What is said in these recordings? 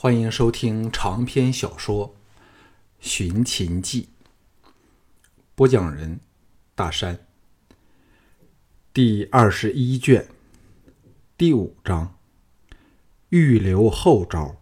欢迎收听长篇小说《寻秦记》，播讲人大山，第21卷，第5章，预留后招。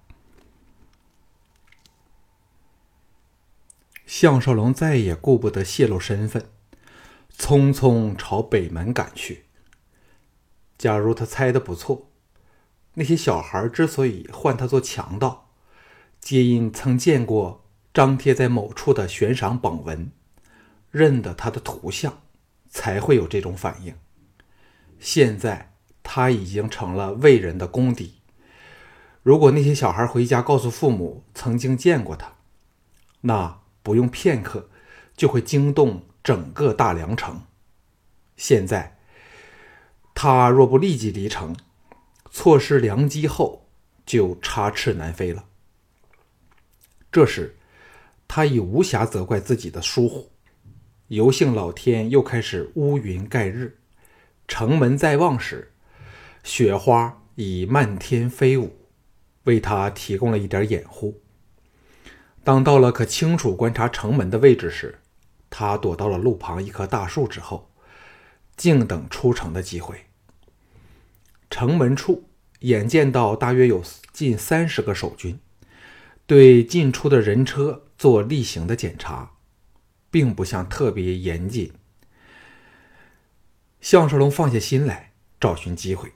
项少龙再也顾不得泄露身份，匆匆朝北门赶去。假如他猜得不错，那些小孩之所以唤他做强盗，皆因曾见过张贴在某处的悬赏榜文，认得他的图像，才会有这种反应。现在他已经成了魏人的公敌，如果那些小孩回家告诉父母曾经见过他，那不用片刻就会惊动整个大梁城。现在他若不立即离城，错失良机后就插翅难飞了。这时他已无暇责怪自己的疏忽，犹幸老天又开始乌云盖日，城门在望时，雪花已漫天飞舞，为他提供了一点掩护。当到了可清楚观察城门的位置时，他躲到了路旁一棵大树之后，静等出城的机会。城门处眼见到大约有近30个守军，对进出的人车做例行的检查，并不像特别严谨。项少龙放下心来，找寻机会。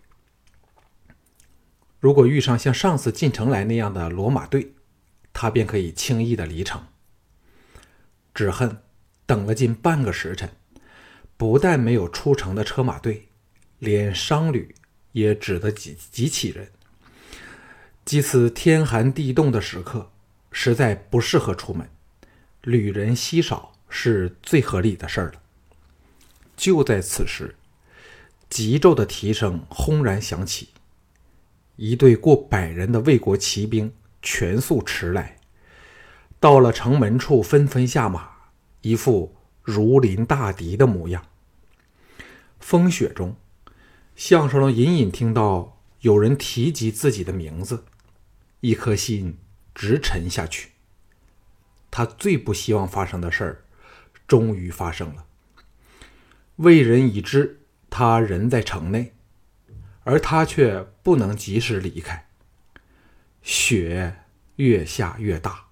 如果遇上像上次进城来那样的骡马队，他便可以轻易的离城。只恨等了近半个时辰，不但没有出城的车马队，连商旅也只得几起人。即此天寒地冻的时刻，实在不适合出门，旅人稀少是最合理的事了。就在此时，急骤的蹄声轰然响起，一队过100人的魏国骑兵全速驰来，到了城门处纷纷下马，一副如临大敌的模样。风雪中，项少龙隐隐听到有人提及自己的名字，一颗心直沉下去。他最不希望发生的事儿终于发生了。魏人已知他人在城内，而他却不能及时离开。雪越下越大。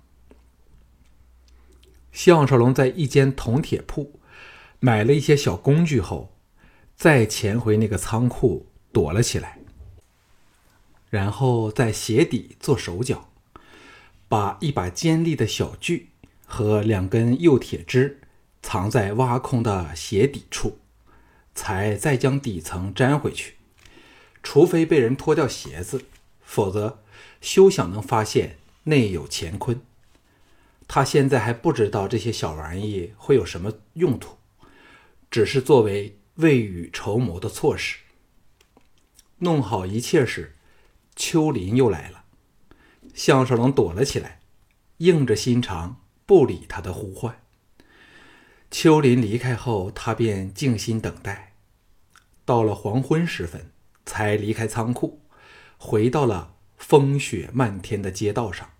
项少龙在一间铜铁铺买了一些小工具后，再潜回那个仓库躲了起来，然后在鞋底做手脚，把一把尖利的小锯和2根幼铁枝藏在挖空的鞋底处，才再将底层粘回去。除非被人脱掉鞋子，否则休想能发现内有乾坤。他现在还不知道这些小玩意会有什么用途，只是作为未雨绸缪的措施。弄好一切时，秋林又来了。项少龙躲了起来，硬着心肠不理他的呼唤。秋林离开后，他便静心等待。到了黄昏时分，才离开仓库，回到了风雪漫天的街道上。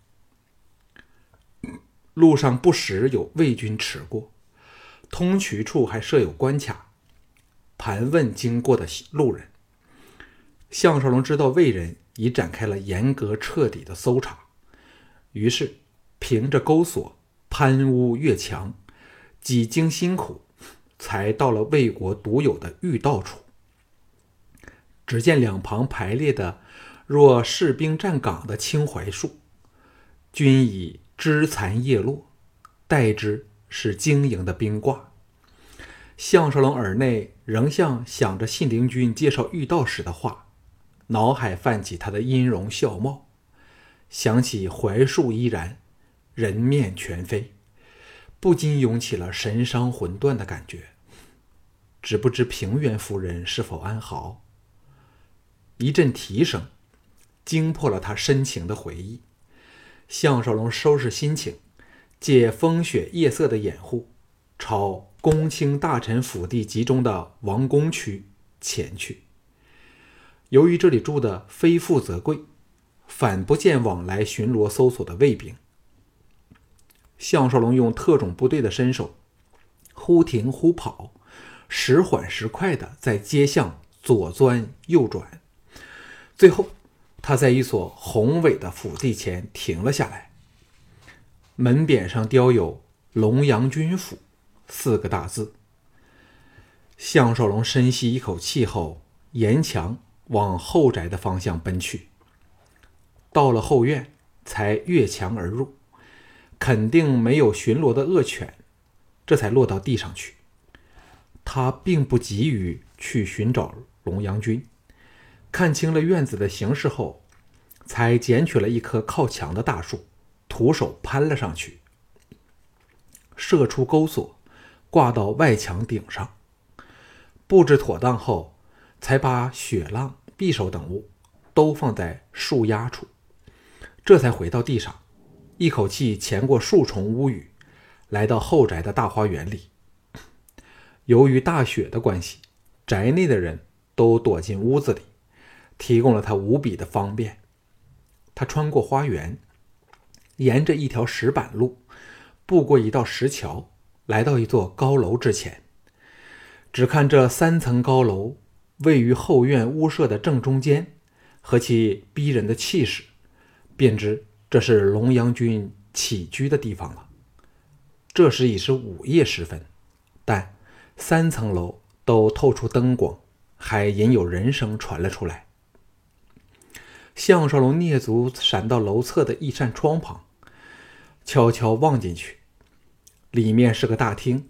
路上不时有魏军驰过，通衢处还设有关卡，盘问经过的路人。项少龙知道魏人已展开了严格彻底的搜查，于是凭着钩索攀屋越墙，几经辛苦，才到了魏国独有的御道处。只见两旁排列的若士兵站岗的青槐树，均已枝残叶落，代之是晶莹的冰挂。项少龙耳内仍像想着信陵君介绍御道时的话，脑海泛起他的音容笑貌，想起槐树依然，人面全非，不禁涌起了神伤魂断的感觉。只不知平原夫人是否安好？一阵蹄声惊破了他深情的回忆。项少龙收拾心情，借风雪夜色的掩护，朝公卿大臣府邸集中的王宫区前去。由于这里住的非富则贵， 反不见往来巡逻搜索的卫兵。项少龙用特种部队的身手，忽停忽跑，时缓时快的在街巷左钻右转。最后他在一所宏伟的府邸前停了下来，门匾上雕有龙阳军府4个大字。项少龙深吸一口气后，沿墙往后宅的方向奔去。到了后院，才越墙而入，肯定没有巡逻的恶犬，这才落到地上去。他并不急于去寻找龙阳君，看清了院子的形势后，才捡取了一棵靠墙的大树，徒手攀了上去，射出钩索，挂到外墙顶上。布置妥当后，才把雪浪、匕首等物都放在树压处，这才回到地上，一口气潜过数重屋宇，来到后宅的大花园里。由于大雪的关系，宅内的人都躲进屋子里，提供了他无比的方便。他穿过花园，沿着一条石板路，步过一道石桥，来到一座高楼之前。只看这3层高楼位于后院屋舍的正中间，和其逼人的气势，便知这是龙阳君起居的地方了。这时已是午夜时分，但3层楼都透出灯光，还隐有人声传了出来。项少龙蹑足闪到楼侧的一扇窗旁，悄悄望进去，里面是个大厅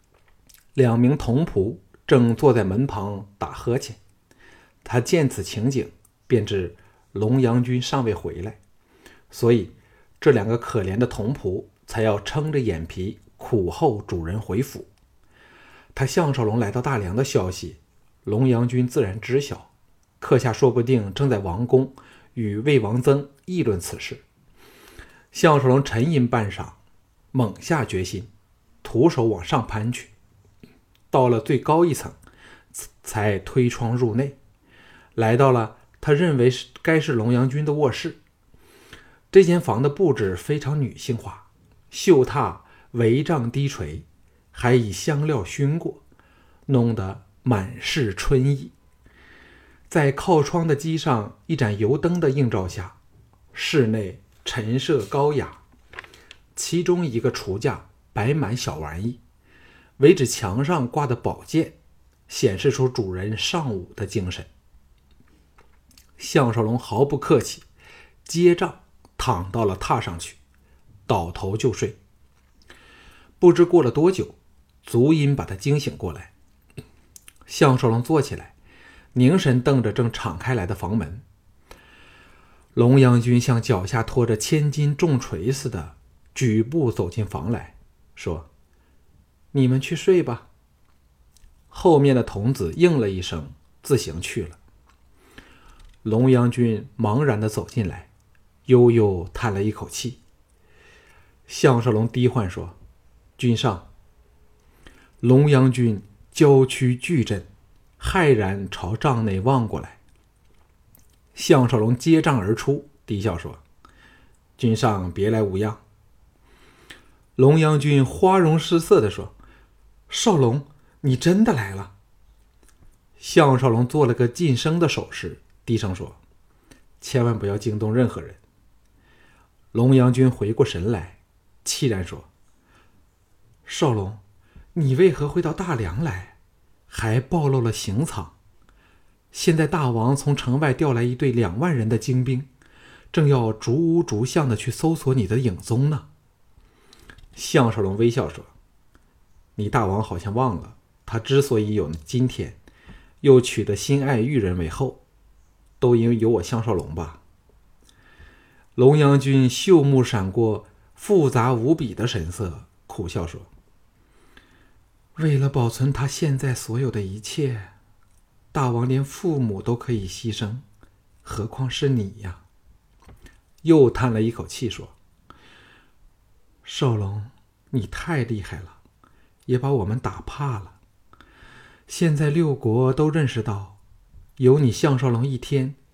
，2名童仆正坐在门旁打呵欠。他见此情景，便知龙阳君尚未回来，所以这2个可怜的童仆才要撑着眼皮苦候主人回府。他项少龙来到大梁的消息，龙阳君自然知晓，客下说不定正在王宫与魏王曾议论此事。项少龙沉吟半晌，猛下决心，徒手往上攀去。到了最高一层，才推窗入内，来到了他认为该是龙阳君的卧室。这间房的布置非常女性化，绣榻帷帐低垂，还以香料熏过，弄得满是春意。在靠窗的机上一盏油灯的映照下，室内陈设高雅，其中一个橱架摆满小玩意，唯只墙上挂的宝剑显示出主人尚武的精神。项少龙毫不客气，接杖躺到了榻上去，倒头就睡。不知过了多久，足音把他惊醒过来。项少龙坐起来，凝神瞪着正敞开来的房门。龙阳君像脚下拖着千斤重锤似的，举步走进房来，说：“你们去睡吧。”后面的童子应了一声，自行去了。龙阳君茫然地走进来，悠悠叹了一口气。项少龙低唤说：“君上。”龙阳君娇躯巨震，骇然朝帐内望过来。项少龙接帐而出，低笑说：“君上别来无恙。”龙阳君花容失色地说：“少龙，你真的来了。”项少龙做了个噤声的手势，低声说：“千万不要惊动任何人。”龙阳君回过神来，凄然说：“少龙，你为何会到大梁来，还暴露了行藏？现在大王从城外调来一队2万人的精兵，正要逐屋逐巷的去搜索你的影踪呢。”项少龙微笑说：“你大王好像忘了，他之所以有今天，又娶得心爱玉人为后，都因为有我项少龙吧？”龙阳君秀目闪过复杂无比的神色，苦笑说：“为了保存他现在所有的一切，大王连父母都可以牺牲，何况是你呀？”又叹了一口气说：“少龙，你太厉害了，也把我们打怕了。现在6国都认识到，有你项少龙一天，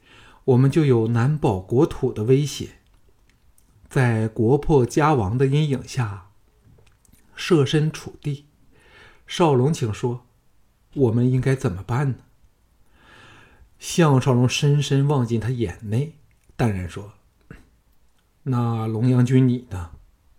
我们就有难保国土的威胁。在国破家亡的阴影下，设身处地，少龙，请说，我们应该怎么办呢？项少龙深深望进他眼内，淡然说：那龙阳君你呢？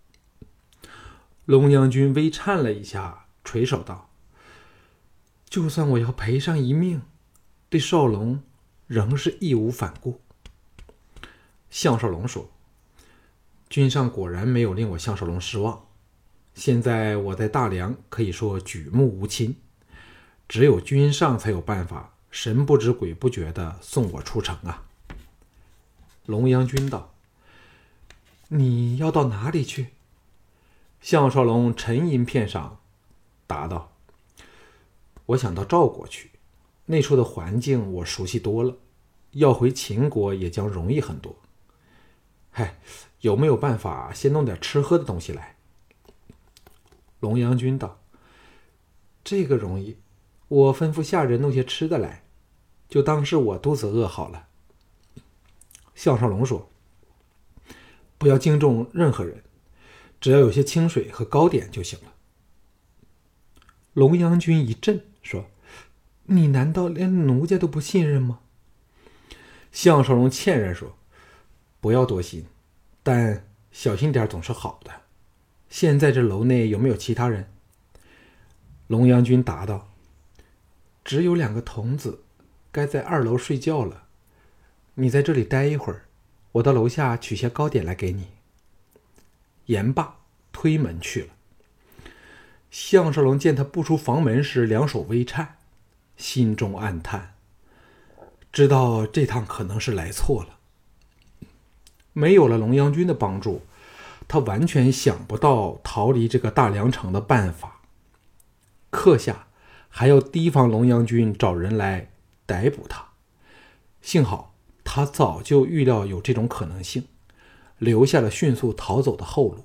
龙阳君微颤了一下，垂手道：就算我要赔上一命，对少龙仍是义无反顾。项少龙说：君上果然没有令我项少龙失望。现在我在大梁可以说举目无亲，只有君上才有办法神不知鬼不觉地送我出城啊。龙阳君道：你要到哪里去？项少龙沉吟片上，答道：我想到赵国去，那处的环境我熟悉多了，要回秦国也将容易很多。嗨，有没有办法先弄点吃喝的东西来？龙阳君道：这个容易，我吩咐下人弄些吃的来，就当是我肚子饿好了。项少龙说：不要惊动任何人，只要有些清水和糕点就行了。龙阳君一震，说：你难道连奴家都不信任吗？项少龙歉然说：不要多心，但小心点总是好的。现在这楼内有没有其他人？龙阳君答道：只有2个童子，该在2楼睡觉了。你在这里待一会儿，我到楼下取些糕点来给你。言罢，推门去了。项少龙见他步出房门时两手微颤，心中暗叹，知道这趟可能是来错了。没有了龙阳君的帮助，他完全想不到逃离这个大梁城的办法。刻下还要提防龙阳君找人来逮捕他。幸好他早就预料有这种可能性，留下了迅速逃走的后路。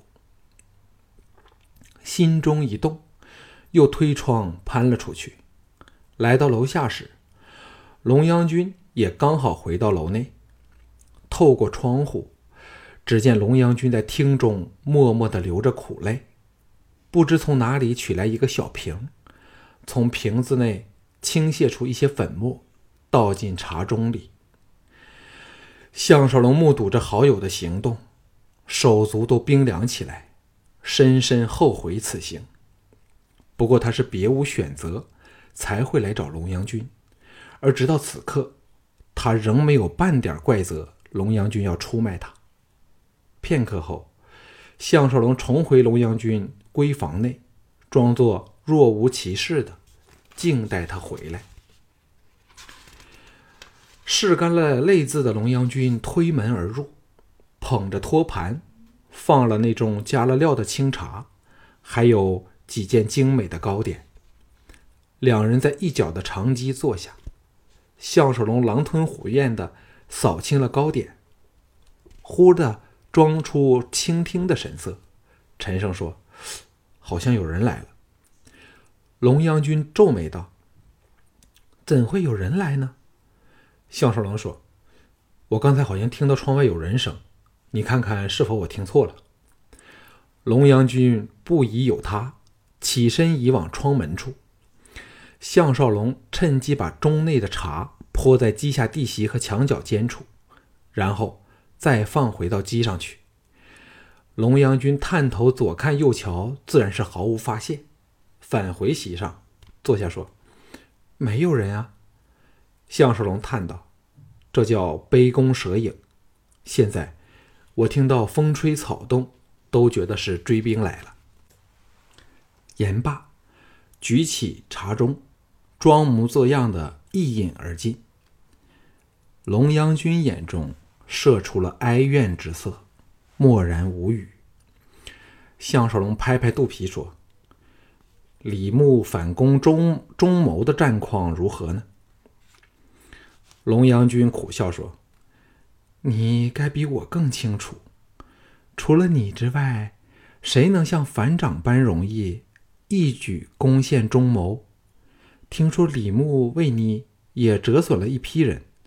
心中一动，又推窗攀了出去。来到楼下时，龙阳君也刚好回到楼内。透过窗户，只见龙阳君在厅中默默地流着苦泪，不知从哪里取来一个小瓶，从瓶子内倾泻出一些粉末，倒进茶盅里。项少龙目睹着好友的行动，手足都冰凉起来，深深后悔此行。不过他是别无选择才会来找龙阳君，而直到此刻，他仍没有半点怪责龙阳君要出卖他。片刻后，项少龙重回龙阳君闺房内，装作若无其事的静待他回来。拭干了泪渍的龙阳君推门而入，捧着托盘，放了那种加了料的清茶，还有几件精美的糕点。两人在一角的长几坐下，项少龙狼吞虎咽地扫清了糕点，忽地装出倾听的神色，沉声说：好像有人来了。龙阳君皱眉道：怎会有人来呢？项少龙说：我刚才好像听到窗外有人声，你看看是否我听错了。龙阳君不疑有他，起身移往窗门处。项少龙趁机把盅内的茶泼在机下地席和墙角间处，然后再放回到机上去。龙阳君探头左看右瞧，自然是毫无发现，返回席上坐下说：没有人啊。项少龙叹道：这叫杯弓蛇影，现在我听到风吹草动，都觉得是追兵来了。言罢，举起茶盅，装模作样的一饮而尽。龙阳君眼中射出了哀怨之色，默然无语。项少龙拍拍肚皮说：李牧反攻中牟的战况如何呢？龙阳君苦笑说：你该比我更清楚，除了你之外，谁能像反掌般容易一举攻陷中牟？听说李牧为你也折损了一批人，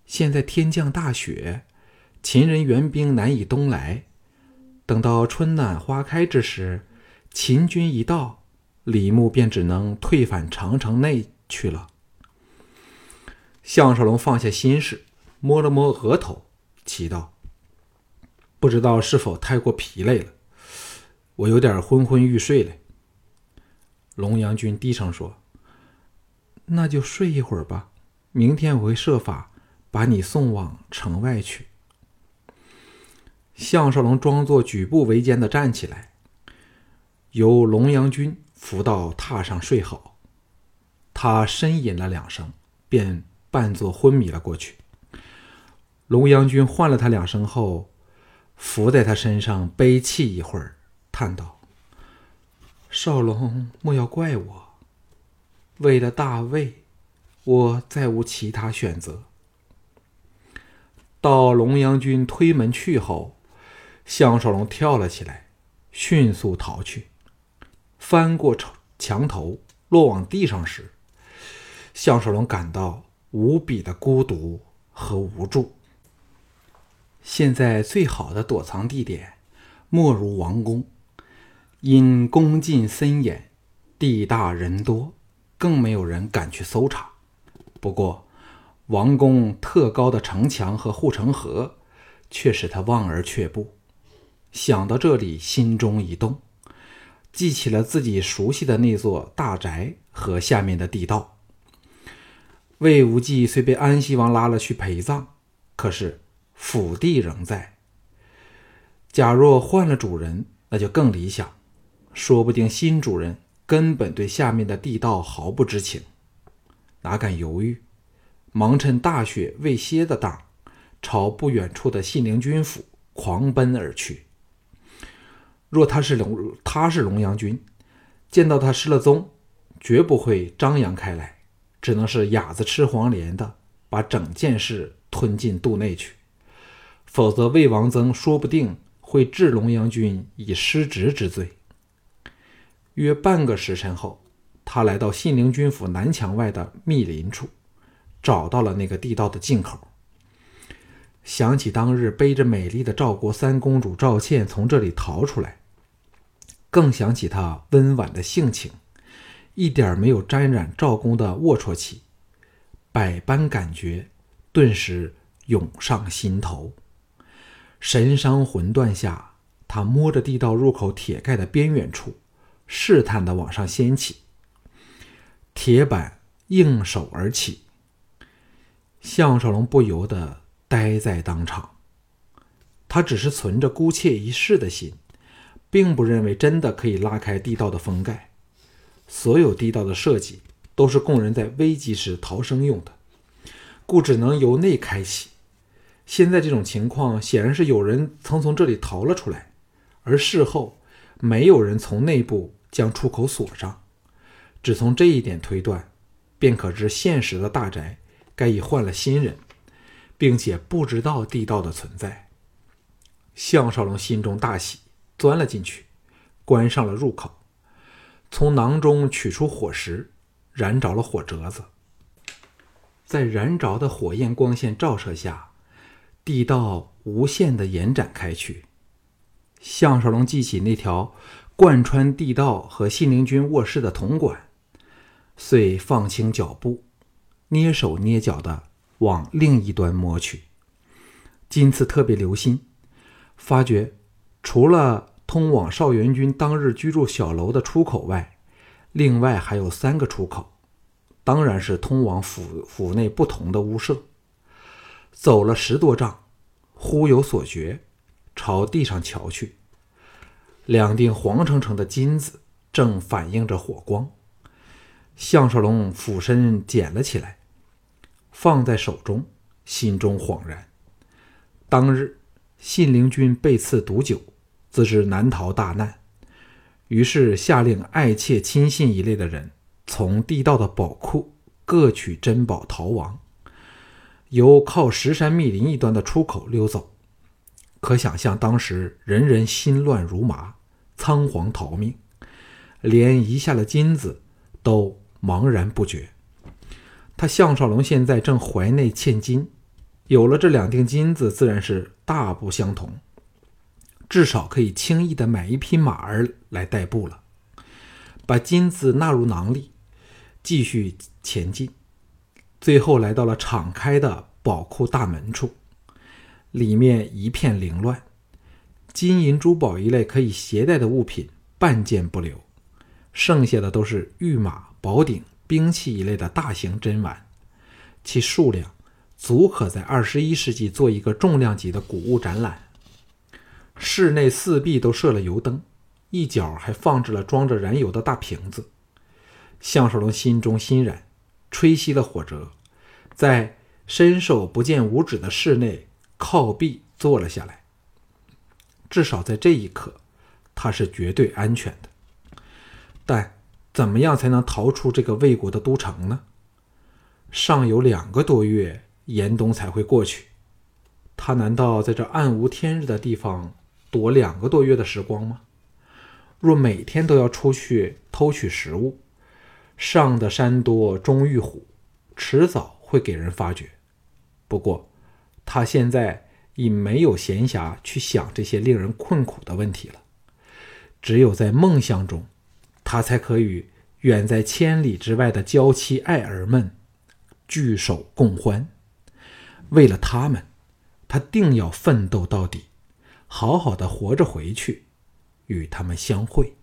现在天降大雪，秦人援兵难以东来。等到春暖花开之时，秦军一到，李牧便只能退返长城内去了。项少龙放下心事，摸了摸额头，祈祷：不知道是否太过疲累了，我有点昏昏欲睡了。龙阳君低声说：那就睡一会儿吧，明天我会设法把你送往城外去。项少龙装作举步维艰地站起来，由龙阳君扶到榻上睡好。他呻吟了2声，便半作昏迷了过去。龙阳君唤了他2声后，伏在他身上悲泣一会儿，叹道：少龙莫要怪我，为了大魏，我再无其他选择。到龙阳君推门去后，项少龙跳了起来，迅速逃去。翻过墙头落往地上时，项少龙感到无比的孤独和无助。现在最好的躲藏地点莫如王宫，因宫禁森严，地大人多，更没有人敢去搜查。不过王宫特高的城墙和护城河却使他望而却步。想到这里，心中一动，记起了自己熟悉的那座大宅和下面的地道。魏无忌虽被安西王拉了去陪葬，可是府地仍在。假若换了主人，那就更理想，说不定新主人根本对下面的地道毫不知情，哪敢犹豫，忙趁大雪未歇的当，朝不远处的信陵君府狂奔而去。若他是龙阳君，见到他失了踪，绝不会张扬开来，只能是哑子吃黄连的把整件事吞进肚内去。否则魏王曾说不定会治龙阳君以失职之罪。约半个时辰后，他来到信陵君府南墙外的密林处，找到了那个地道的进口。想起当日背着美丽的赵国三公主赵倩从这里逃出来，更想起她温婉的性情，一点没有沾染赵公的龌龊气，百般感觉顿时涌上心头。神伤魂断下，他摸着地道入口铁盖的边缘处，试探地往上掀起，铁板应手而起。项少龙不由得呆在当场，他只是存着姑且一试的心，并不认为真的可以拉开地道的封盖。所有地道的设计都是供人在危急时逃生用的，故只能由内开启。现在这种情况显然是有人曾从这里逃了出来，而事后没有人从内部将出口锁上。只从这一点推断，便可知现实的大宅该已换了新人，并且不知道地道的存在。项少龙心中大喜，钻了进去，关上了入口，从囊中取出火石，燃着了火折子。在燃着的火焰光线照射下，地道无限地延展开去。项少龙记起那条贯穿地道和信陵君卧室的铜管，遂放轻脚步，捏手捏脚地往另一端摸去。今次特别留心，发觉除了通往少元君当日居住小楼的出口外，另外还有3个出口，当然是通往府内不同的屋舍。走了10多丈，忽有所觉，朝地上瞧去，2锭黄澄澄的金子正反映着火光。项少龙俯身捡了起来，放在手中，心中恍然。当日信陵君被赐毒酒，自知难逃大难，于是下令爱妾亲信一类的人从地道的宝库各取珍宝逃亡，由靠石山密林一端的出口溜走。可想象当时人人心乱如麻，仓皇逃命，连遗下的金子都茫然不觉。他项少龙现在正怀内欠金， 有了这2锭金子，自然是大不相同，至少可以轻易的买一匹马儿来代步了。把金子纳入囊里，继续前进，最后来到了敞开的宝库大门处，里面一片凌乱，金银珠宝一类可以携带的物品半件不留，剩下的都是御马、宝鼎、兵器一类的大型珍玩，其数量足可在21世纪做一个重量级的古物展览。室内4壁都设了油灯，一角还放置了装着燃油的大瓶子。项少龙心中欣然，吹熄了火折，在伸手不见五指的室内靠壁坐了下来。至少在这一刻，他是绝对安全的。但怎么样才能逃出这个魏国的都城呢？尚有2个多月，严冬才会过去。他难道在这暗无天日的地方躲2个多月的时光吗？若每天都要出去偷取食物，上的山多终遇虎，迟早会给人发觉。不过他现在已没有闲暇去想这些令人困苦的问题了。只有在梦乡中，他才可与远在千里之外的娇妻爱儿们聚首共欢。为了他们，他定要奋斗到底，好好的活着回去，与他们相会。